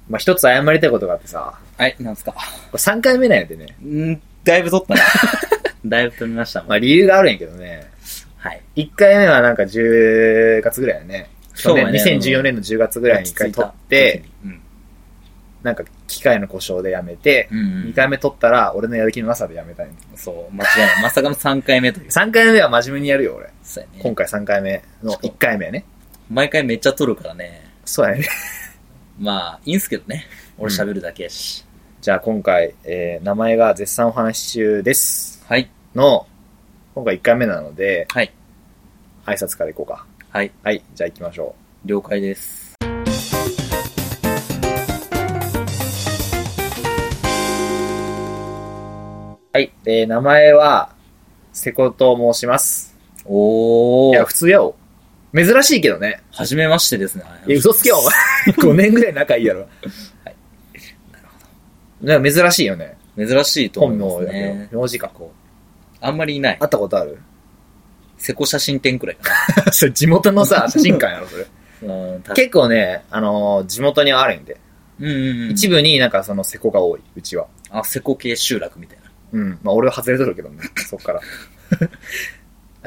まあ、一つ謝りたいことがあってさ。 はい、なんすか。これ3回目なんやでね。 だいぶ撮ったな。だいぶ撮りましたもん。 まあ理由があるんやけどね。 はい。 1回目はなんか10月ぐらいやね。 そうね。 2014年の10月ぐらいに1回撮って、なんか機械の故障でやめて、2回目撮ったら俺のやる気のなさでやめたいんそう、間違いない。まさかの3回目という。 3回目は真面目にやるよ俺。 そうやね。 今回3回目の1回目やね。 毎回めっちゃ撮るからね。 そうやね。 まあ、いいんすけどね。俺喋るだけやし。 じゃあ今回、名前が絶賛お話し中です。 はい。 の、今回1回目なので、 はい。 挨拶からいこうか。 はい。 はい、じゃあ行きましょう。了解です。 はい、名前は、瀬古と申します。 おー。 いや、普通やお。珍しいけどね。 はじめましてですね。 いや、嘘つけよ、お前。5年ぐらい仲いいやろ。はい。なるほど。なんか珍しいよね。 珍しいと思いますね。 本名、名字か。 あんまりいない。 会ったことある？ 瀬古写真展くらいかな。 それ地元のさ、写真館やろ、それ。結構ね、地元にはあるんで。一部になんかその瀬古が多い、うちは。 あ、瀬古系集落みたいな。 うん。まあ俺は外れとるけどね、そっから。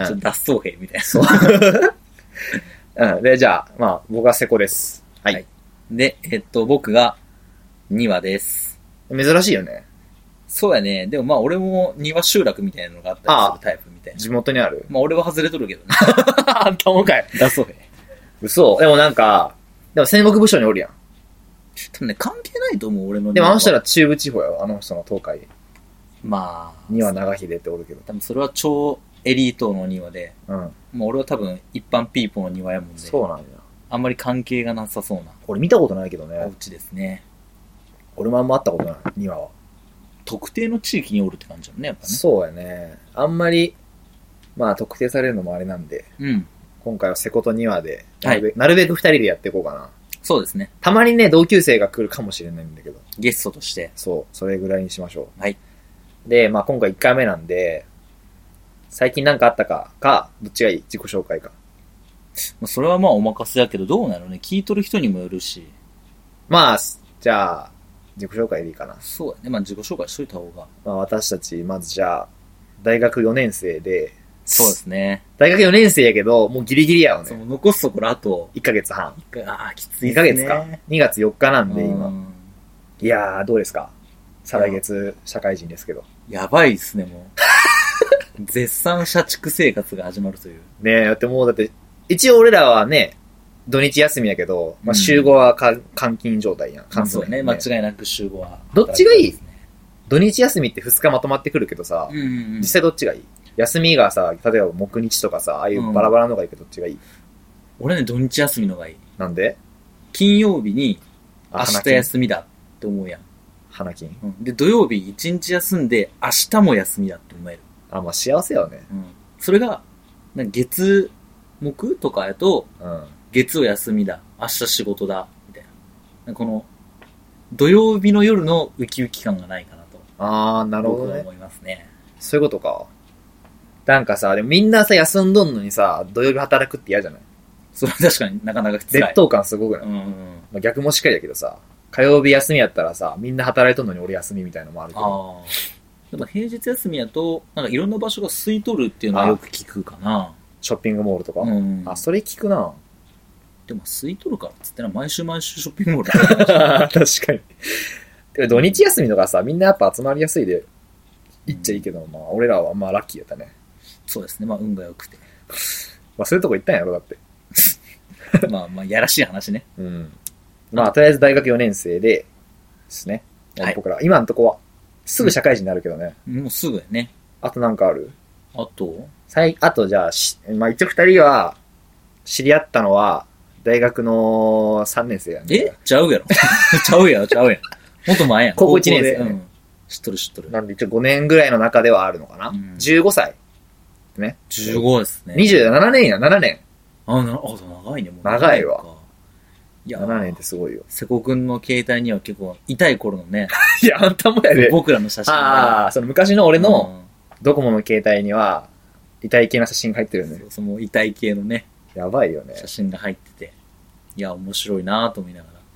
ちょっと脱走兵みたいな。 そう。うん。で、じゃあ、まあ僕は瀬古です。はい。 で、僕が庭です。 珍しいよね。 そうやね。でもまあ俺も庭集落みたいなのがあったりするタイプみたいな。 地元にある？ まあ俺は外れとるけどね。 あんたもかい。 脱走兵。 嘘。でもなんか、でも戦国武将におるやん。 多分ね、関係ないと思う、俺の。 でもあの人ら中部地方やろ、あの人の東海。 まあ。 庭長秀っておるけど。 多分それは超エリートの庭で。 うん。 もう俺は多分一般ピーポーの庭やもんで。 そうなんや。 あんまり関係がなさそうな。 俺見たことないけどね。 お家ですね。 俺もあんま会ったことない、庭は。 特定の地域におるって感じだもんね、やっぱね。 そうやね。あんまり、まあ特定されるのもあれなんで。 うん。 今回は瀬古と庭で、なるべく二人でやっていこうかな。 そうですね。 たまにね、同級生が来るかもしれないんだけど。 ゲストとして。 そう、それぐらいにしましょう。はい。 で、まあ今回1回目なんで、最近なんかあったか、どっちがいい？自己紹介か。 それはまあお任せやけど、どうなのね。聞いとる人にもよるし。 まあ、じゃあ、自己紹介でいいかな。 そうやね。まあ自己紹介しといた方が。 まあ私たち、まずじゃあ、大学4年生で、 そうですね。 大学4年生やけど、もうギリギリやよね。 そう残すところあと 1ヶ月半。 ああ、きついですね。2ヶ月か。2月4日なんで今。いやー、どうですか？再来月社会人ですけど。 やばいっすね、もう。絶賛社畜生活が始まるという。 ねえ、だってもうだって、一応俺らはね、土日休みやけど、まあ週5は監禁状態やん。 そうね、間違いなく週5は。 どっちがいい？土日休みって2日まとまってくるけどさ、実際どっちがいい？休みがさ、例えば木日とかさ、ああいうバラバラのがいいけどどっちがいい？ 俺ね、土日休みのがいい。 なんで？ 金曜日に明日休みだって思うやん。 花金。 で、土曜日1日休んで明日も休みだって思える。 あ、まあ幸せよね。 それが、月、木とかやと、月を休みだ、明日仕事だ、みたいな。この、土曜日の夜のウキウキ感がないかなと。 あー、なるほどね。 僕は思いますね。 そういうことか。なんかさ、でもみんなさ、休んどんのにさ、土曜日働くって嫌じゃない？ それは確かになかなか辛い。 劣等感すごくない？まあ、逆もしっかりだけどさ、火曜日休みやったらさ、みんな働いとんのに俺休みみたいなのもあるけど。 でも平日休みやと、なんかいろんな場所が空いとるっていうのはよく聞くかな。 ショッピングモールとか。あ、それ聞くな。 でも空いとるからっつってな、毎週毎週ショッピングモールだ確かに。でも土日休みとかさ、みんなやっぱ集まりやすいで、行っちゃいいけど、まあ俺らはまあラッキーやったね。 そうですね、まあ運が良くて。 まあそういうとこ行ったんやろ、だって。 まあまあ、やらしい話ね。 まあとりあえず大学4年生ですね。はい、僕ら、今のとこは、すぐ社会人になるけどね。 もうすぐやね。 あとなんかある？ あとじゃあ、まあ一応2人は、知り合ったのは、大学の3年生やね。 ちゃうやろ。ちゃうやん。もっと前やん。 高校1年生、ね。 知っとる。 なんで一応5年ぐらいの中ではあるのかな。15歳。ね。 15ですね。 27年や、7年。 長いね、もう。 長いわ。 いや、 7年ってすごいよ。 瀬古くんの携帯には結構、痛い頃のね。 いや、あんたもやで。 僕らの写真が。その昔の俺の、ドコモの携帯には、痛い系の写真が入ってるよね。 その痛い系のね。 やばいよね。 写真が入ってて。いや、面白いなぁと思いながら。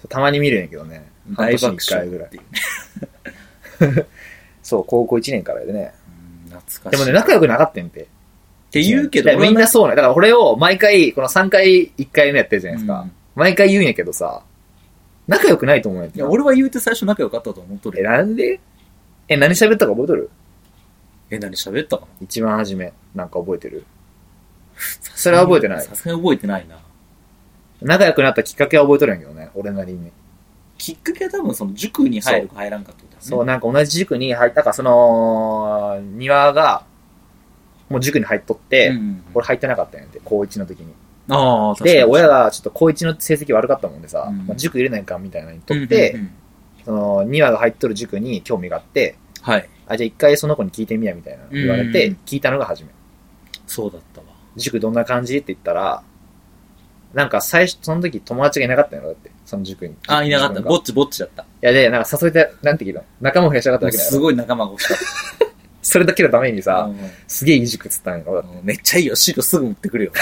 たまに見るんやけどね。 大爆笑ぐらいっていうね。 そう、高校1年からでね。 懐かしい。 でもね、仲良くなかったんて。 って言うけど、 みんなそうね。だから俺を毎回、この3回、1回目やってるじゃないですか。毎回言うんやけどさ、仲良くないと思うんやけど。 いや、俺は言うて最初仲良かったと思っとる。 なんで何喋ったか覚えとる？ 何喋ったかな？ 一番初め、なんか覚えてる？それは覚えてない。 さすがに覚えてないな。 仲良くなったきっかけは覚えとるんやけどね、俺なりに。 きっかけは多分その塾に入るか入らんかってことだね。 そう、なんか同じ塾に入ったか、その、庭が、もう塾に入っとって、俺入ってなかったんやんて、高1の時に。 ああ、確かに。 で、親がちょっと高1の成績悪かったもんでさ、まあ、塾入れないかみたいなのにとって、その、庭が入っとる塾に興味があって、 はい。 じゃあ一回その子に聞いてみやみたいな言われて、聞いたのが初め。 そうだったわ。 塾どんな感じって言ったら、なんか最初、その時友達がいなかったのだって、その塾に。 いなかった。ぼっちだった。いやで、なんか誘いて、なんて聞いたの？仲間を増やしたかっただけだよ。 すごい仲間が欲しかった。 それだけのためにさ、すげえいい塾つったんやろ。 めっちゃいいよ。シートすぐ持ってくるよ。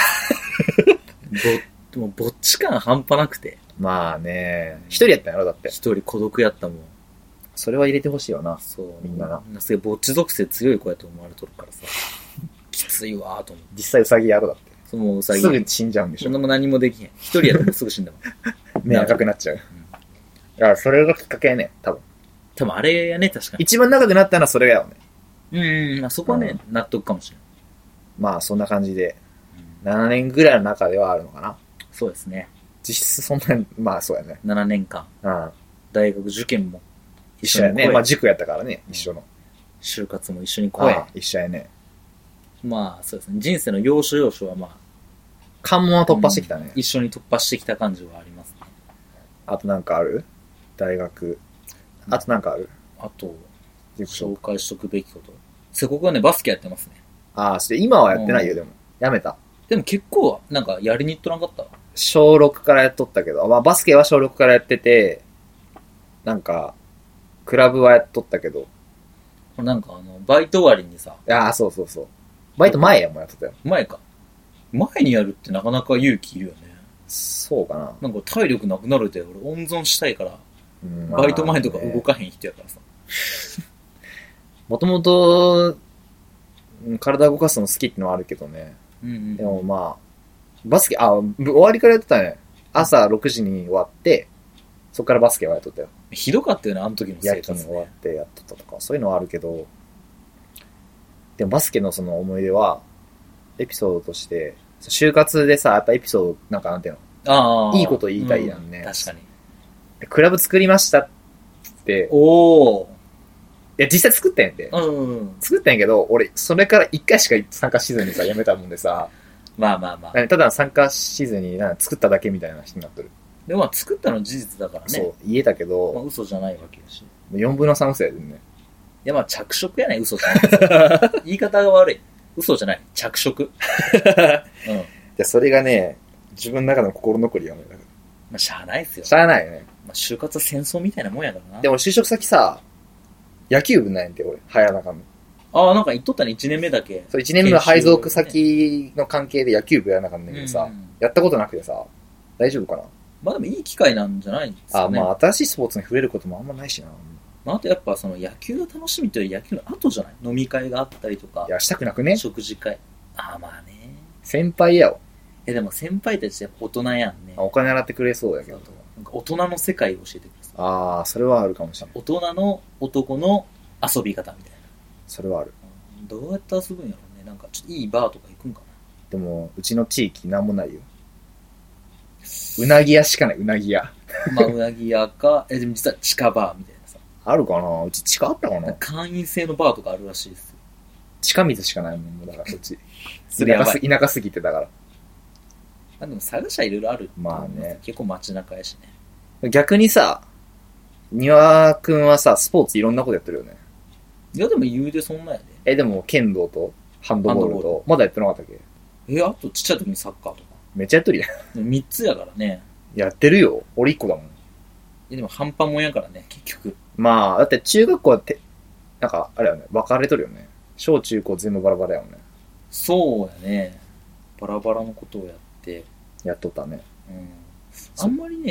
もうぼっち感半端なくて。 まあね、一人やったんやろだって。 一人孤独やったもん。 それは入れてほしいよな。 そう。 みんなな。 すげえぼっち属性強い子やと思われとるからさ。きついわーと思って。 実際ウサギやろだって。 そのウサギ。 すぐ死んじゃうんでしょ。 そんなも何もできへん。一人やったらすぐ死んだもん。 目赤くなっちゃう。だからそれがきっかけやね、多分あれやね、確かに。 一番長くなったのはそれやよね。 まあそこはね、納得かもしれない。 まあそんな感じで、7年ぐらいの中ではあるのかな。 そうですね。 実質そんなに、まあそうやね。 7年間。大学受験も一緒やね。まあ塾やったからね、一緒の。 就活も一緒に来い。 一緒やね。 まあそうですね。人生の要所要所はまあ、 関門は突破してきたね。 一緒に突破してきた感じはありますね。 あとなんかある？大学。あとなんかある？ あと、紹介しとくべきこと。瀬古はね、バスケやってますね。 今はやってないよ、でも。やめた。 でも結構、なんかやりに行っとらんかった？ 小6からやっとったけど、まあバスケは小6からやってて、なんか、クラブはやっとったけど。 なんかバイト終わりにさ。 そうそうそう。バイト前やもんやってたよ。 前か。前にやるってなかなか勇気いるよね。 そうかな。 なんか体力なくなるで、俺温存したいから、バイト前とか動かへん人やからさ。 もともと、体動かすの好きってのはあるけどね。でもまあ、バスケ、終わりからやってたね。朝6時に終わって、そっからバスケはやっとったよ。 ひどかったよね、あの時の生活、ね。 夜勤終わってやっとったとか、そういうのはあるけど、でもバスケのその思い出は、エピソードとして、就活でさ、やっぱエピソード、なんかなんていうの？いいこと言いたいやんね。 確かに。 クラブ作りましたって、いや、実際作ったんやんて。作ったんやけど、俺、それから1回しか参加しずにさ、やめたもんでさ。 まあ。 ただ参加しずに、作っただけみたいな人になってる。 でもまあ、作ったの事実だからね。 そう、言えたけど。 まあ、嘘じゃないわけだし。 4分の3嘘やでね。 いや、まあ、着色やね、嘘じゃない。言い方が悪い。嘘じゃない。着色。 じゃそれがね、自分の中の心残りやね。 まあ、しゃあないっすよ。 しゃあないよね。 まあ、就活は戦争みたいなもんやからな。 でも就職先さ、野球部ないんて、俺。入らなかんの。なんか言っとったね、1年目だけ。 そう、1年目の配属先の関係で野球部やらなかんねんけどさ、やったことなくてさ、大丈夫かな？ まあでもいい機会なんじゃないんですかね。 まあ新しいスポーツに触れることもあんまないしな。 まああとやっぱその野球の楽しみというより野球の後じゃない？飲み会があったりとか。 いや、したくなくね？ 食事会。まあね。 先輩やわ。 でも先輩たちやっぱ大人やんね。 お金払ってくれそうやけど。 なんか大人の世界を教えてください。 それはあるかもしれない。 大人の男の遊び方みたいな。 それはある。 どうやって遊ぶんやろうね。なんかちょっといいバーとか行くんかな。 でも、うちの地域なんもないよ。うなぎ屋しかない、うなぎ屋。 まあ、うなぎ屋か、でも実は地下バーみたいなさ。 あるかな？うち地下あったかな？ 会員制のバーとかあるらしいですよ。 地下水しかないもん、だからそっち。田舎すぎてだから。 でも探しはいろいろある。 まあね。 結構街中やしね。逆にさ、庭くんはさ、スポーツいろんなことやってるよね。 いやでも言うでそんなやで。でも剣道とハンドボールと、まだやってなかったっけ？ あとちっちゃい時にサッカーとか。 めっちゃやっとるやん。 3つやからね。 やってるよ。俺1個だもん。 でも半端もんやからね、結局。 まあ、だって中学校はなんか、あれよね、分かれとるよね。小中高全部バラバラやもんね。 そうやね。バラバラのことをやって。 やっとったね。 あんまりね、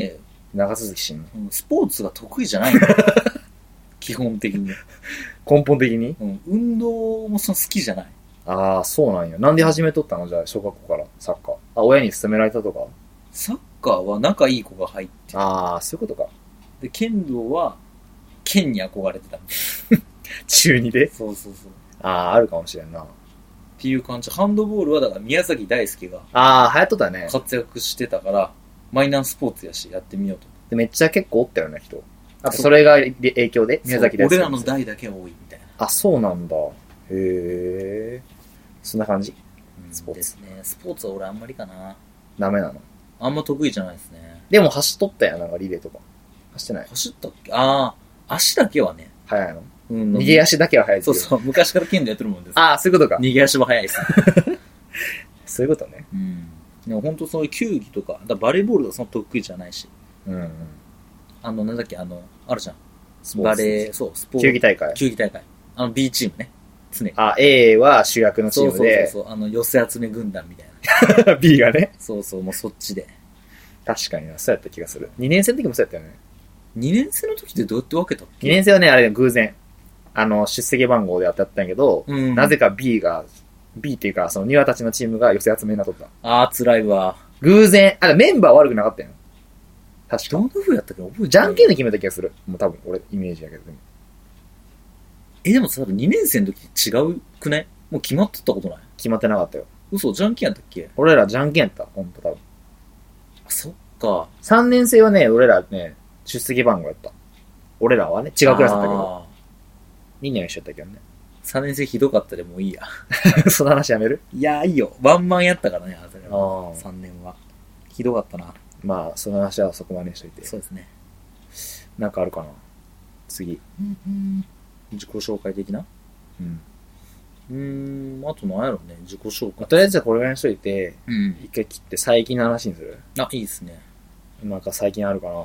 長続きしんの？ スポーツが得意じゃないの。基本的に。 根本的に？ 運動も好きじゃない。 ああ、そうなんや。なんで始めとったのじゃあ、小学校からサッカー。あ、親に勧められたとか？ サッカーは仲いい子が入ってる。 ああ、そういうことか。 で、剣道は、剣に憧れてた。 中2で？ そうそうそう。 ああ、あるかもしれんな。 っていう感じ。ハンドボールはだから宮崎大輔がああ、流行っとったね。 活躍してたから、マイナースポーツやし、やってみようと。 でめっちゃ結構おったよね、人。あとそれが影響で宮崎大輔。 俺らの代だけ多いみたいな。 あ、そうなんだ。へえ。そんな感じ。スポーツですね。スポーツは俺あんまりかな。 ダメなの？ あんま得意じゃないですね。 でも走っとったやん、なんかリレーとか。走ってない？ 走ったっけ？ああ、足だけはね。 速いの？逃げ足だけは速い。 そうそう。昔から剣道やってるもんです。 ああ、そういうことか。 逃げ足も速いです。 そういうことね。 でも本当そういう球技とか、バレーボールとかその得意じゃないし。なんだっけ、あるじゃん。バレー、そう、スポーツ。 球技大会。 球技大会。B チームね。常に。 あ、A は主役のチームで。 そう。寄せ集め軍団みたいな。B がね。 そうそう、もうそっちで。 確かにな、そうやった気がする。2年生の時もそうやったよね。 2年生の時ってどうやって分けたっけ？ 2 年生はね、あれ偶然。出席番号でやってやったんやけど、なぜか B っていうか、その庭たちのチームが寄せ集めになっとった。 あー、辛いわ。 偶然、メンバー悪くなかったよ。確か。 どんな風やったっけ覚えてない。 じゃんけんで決めた気がする。もう多分、俺、イメージやけど。 でもさ、2年生の時違うくない？もう決まっとったことない？ 決まってなかったよ。 嘘、じゃんけんやったっけ？ 俺らじゃんけんやった。ほんと多分。 あ、そっか。 3年生はね、俺らね、出席番号やった。俺らはね、違うクラスだったけど。2年は一緒やったけどね。 3年生ひどかったでもういいや。 その話やめる？ いや、いいよ。ワンマンやったからね、あれは。 3年は。ひどかったな。 まあ、その話はそこまでにしといて。 そうですね。 なんかあるかな？次。 自己紹介的な？あと何やろね、自己紹介。 とりあえずはこれぐらいにしといて、一回切って最近の話にする？ あ、いいですね。 なんか最近あるかな？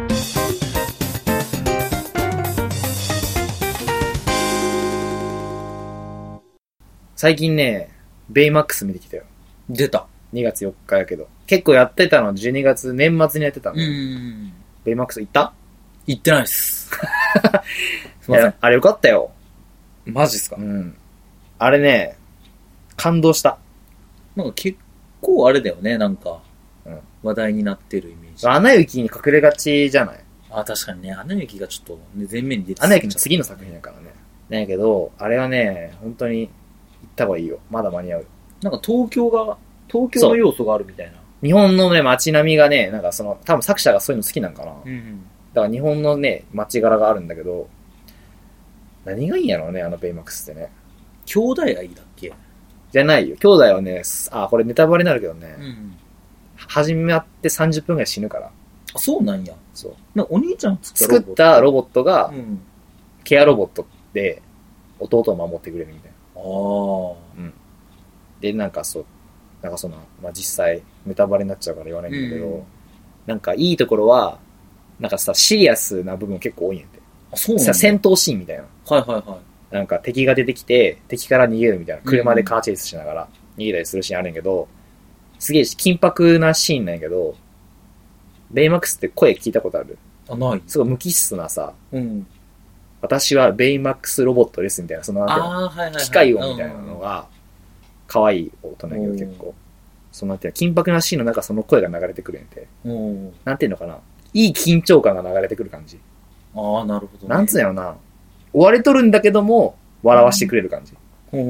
最近ね、ベイマックス見てきたよ。 出た。 2月4日やけど。結構やってたの、12月、年末にやってたの。ベイマックス行った？ 行ってないっす。すいません。 あれよかったよ。 マジっすか？ あれね、感動した。 なんか結構あれだよね、なんか、話題になってるイメージ。 アナ雪に隠れがちじゃない？ あ、確かにね、アナ雪がちょっと、ね、前面に出てアナ雪の次の作品やからね。なんやけど、あれはね、本当に行った方がいいよ。まだ間に合う。 なんか東京の要素があるみたいな。 日本のね、街並みがね、なんか多分作者がそういうの好きなんかな。だから日本のね、街柄があるんだけど、何がいいんやろうね、ベイマックスってね。 兄弟愛だっけ？ じゃないよ。兄弟はね、これネタバレになるけどね。始めって30分ぐらい死ぬから。 あ、そうなんや。 そう。 なんかお兄ちゃん作ったロボットが、ケアロボットで、弟を守ってくれるみたいな。で、なんかまあ、実際、ネタバレになっちゃうから言わないんだけど、なんかいいところは、なんかさ、シリアスな部分結構多いんやって。 あ、そうなんだ。 戦闘シーンみたいな。なんか敵が出てきて、敵から逃げるみたいな。車でカーチェイスしながら逃げたりするシーンあるんやけど、すげえ緊迫なシーンなんやけど、ベイマックスって声聞いたことある？ あ、ない。 すごい無機質なさ、私はベイマックスロボットですみたいな、その機械音みたいなのが、可愛い音なんやけど結構。その緊迫なシーンの中その声が流れてくるんで。なんていうのかな。いい緊張感が流れてくる感じ。 ああ、なるほど、 なんつうんやろな。追われとるんだけども、笑わしてくれる感じ。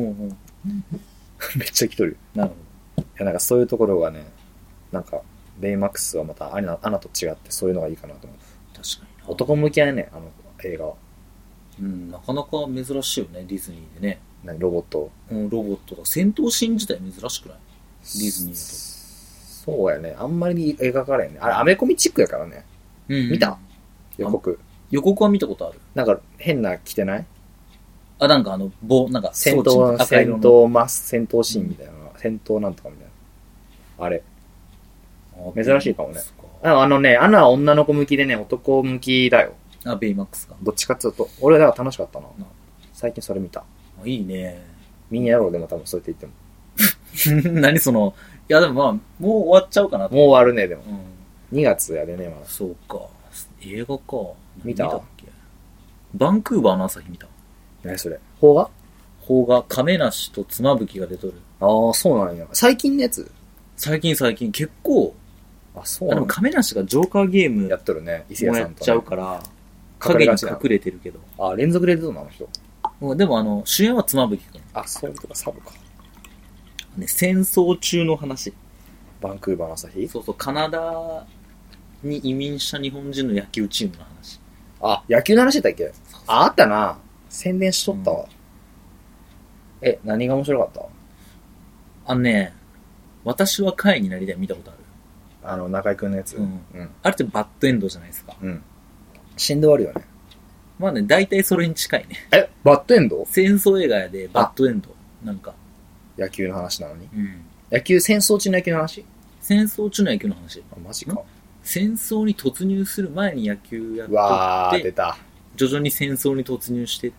めっちゃ来とる。 なるほど。 いや、なんかそういうところがね、なんか、ベイマックスはまたアナと違ってそういうのがいいかなと思う。 確かにな。 男向きやね、映画は。 なかなか珍しいよね、ディズニーでね。 ロボット。 ロボットが。戦闘シーン自体珍しくない？ディズニーだと。そうやね。あんまり描かれんね。あれ、アメコミチックやからね。見た？予告。 予告は見たことある。 なんか、変な着てない？ なんかなんか、 戦闘シーンみたいな。戦闘なんとかみたいな。あれ。珍しいかもね。アナは女の子向きでね、男向きだよ。 あ、ベイマックスか。 どっちかっていうと。俺はだから楽しかったな。最近それ見た。 いいね。 みんなやろうでも多分そうやって言っても。 何いやでもまあ、もう終わっちゃうかなと。 もう終わるね、でも。 2月やでね、まだ。 そうか。映画か。 見たっけ？バンクーバーの朝日見た。 何それ？邦画？ 邦画、亀梨と妻夫木が出とる。 ああ、そうなんや。最近のやつ？ 最近結構、 あ、そうなんや。 でも亀梨がジョーカーゲームやっとるね、伊勢谷さんと、ね。 やっちゃうから、影に隠れてるけど。 あ、連続で出とんのあの人。 でも主演は妻夫木くん。 あ、そういうことか、サブか。 ね、戦争中の話。 バンクーバーの朝日？ そうそう、カナダに移民した日本人の野球チームの話。 あ、野球の話だったっけ？あったな。宣伝しとったわ。何が面白かった？ 私は会になりたい見たことある？ 中井くんのやつ。 うん。あれってバッドエンドじゃないですか。 うん。死んで終わるよね。 まあね、大体それに近いね。 バッドエンド？ 戦争映画やで、バッドエンド。なんか。 野球の話なのに。 うん。 戦争中の野球の話？ 戦争中の野球の話。 あ、マジか。 戦争に突入する前に野球やっとって、 わー、出た。 徐々に戦争に突入してって、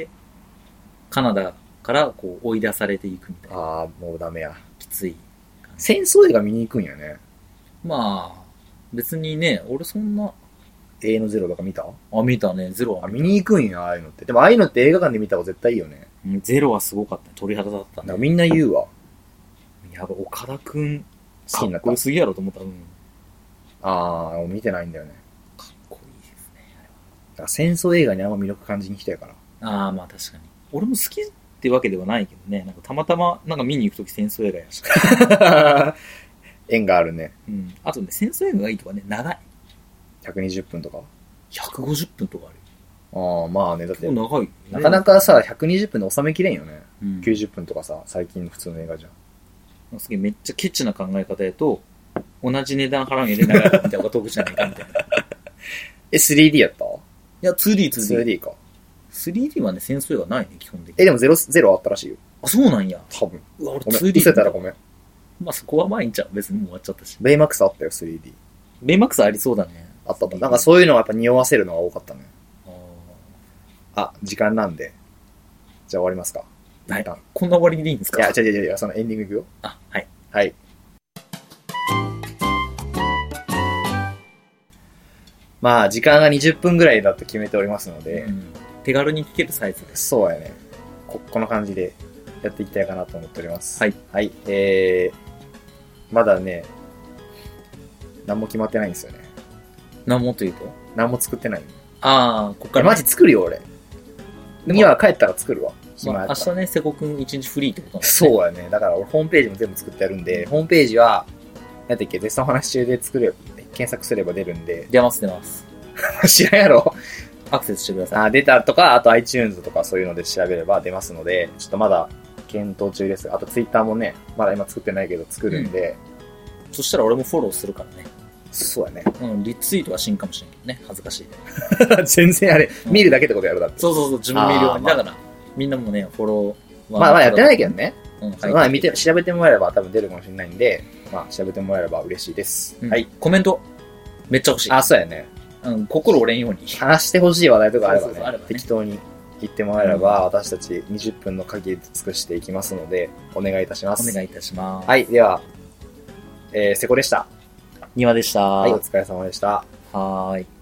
カナダからこう追い出されていくみたいな。 あー、もうダメや。 きつい。 戦争映画見に行くんやね。 まあ、別にね、俺そんな。 A のゼロとか見た？ あ、見たね、ゼロは。 見に行くんや、ああいうのって。でもああいうのって映画館で見た方が絶対いいよね。 ゼロはすごかったね。鳥肌だったね。 みんな言うわ。 やば、岡田くん、 好きになった。 かっこよすぎやろと思った。うん。 あー、見てないんだよね。 かっこいいですね、あれは。 だから戦争映画にあんま魅力感じに来たから。 ああ、まあ確かに。俺も好きってわけではないけどね。なんかたまたま、なんか見に行くとき戦争映画やし。 縁があるね。 うん。あとね、戦争映画がいいとかね、長い。 120分とか 150分とかある。 ああ、まあね、だって、 長い、ね。 なかなかさ、120分で収めきれんよね。 うん、 90分とかさ、最近の普通の映画じゃん。 すげえめっちゃケチな考え方やと、同じ値段払うんやで長いみたいなのが得じゃないかみたいな。 3D やった？ いや、2D。 2D か。 3D はね、戦争映画ないね、基本的に。 でも0あったらしいよ。 あ、そうなんや。 多分。 うわ、俺 2D。 2D。 せたらごめん。 まあそこはまあいいんちゃう。別にもう終わっちゃったし。 ベイマックスあったよ、3D。 ベイマックスありそうだね。 あった。なんかそういうのはやっぱ匂わせるのが多かったね。時間なんで。じゃあ終わりますか。 はい。こんな終わりでいいんですか？ いや、違う、そのエンディングいくよ。 あ、はい。 はい。まあ、時間が20分ぐらいだと決めておりますので、 手軽に聞けるサイズです。 そうやね。この感じでやっていきたいかなと思っております。 はい。 はい。まだね、何も決まってないんですよね。 何もというと？ 何も作ってない。 ああ、こっから、 マジ作るよ、俺。今帰ったら作るわ。 まあ、明日ね、瀬古くん1日フリーってことなんですね。そうやね。だから俺ホームページも全部作ってやるんで、ホームページは、なんだっけ、絶賛お話中で検索すれば出るんで。 出ます。 知らんやろ。 アクセスしてください。 出たとか、あと iTunes とかそういうので調べれば出ますので、ちょっとまだ検討中です。あと Twitter もね、まだ今作ってないけど作るんで。 そしたら俺もフォローするからね。 そうやね。 リツイートはしんかもしれんけどね。恥ずかしい。 全然あれ、見るだけってことやろ、だって。 そう、自分見るように。だから、みんなもね、フォローは。まあやってないけどね。 まあ調べてもらえれば多分出るかもしれないんで、まあ調べてもらえれば嬉しいです。はい。 コメント、めっちゃ欲しい。 そうやね。 心折れんように。 話してほしい話題とかあればね、適当に言ってもらえれば、私たち20分の限りで尽くしていきますので、お願いいたします。 お願いいたします。 はい、では、瀬古でした。 庭でした。 はい、お疲れ様でした。 はーい。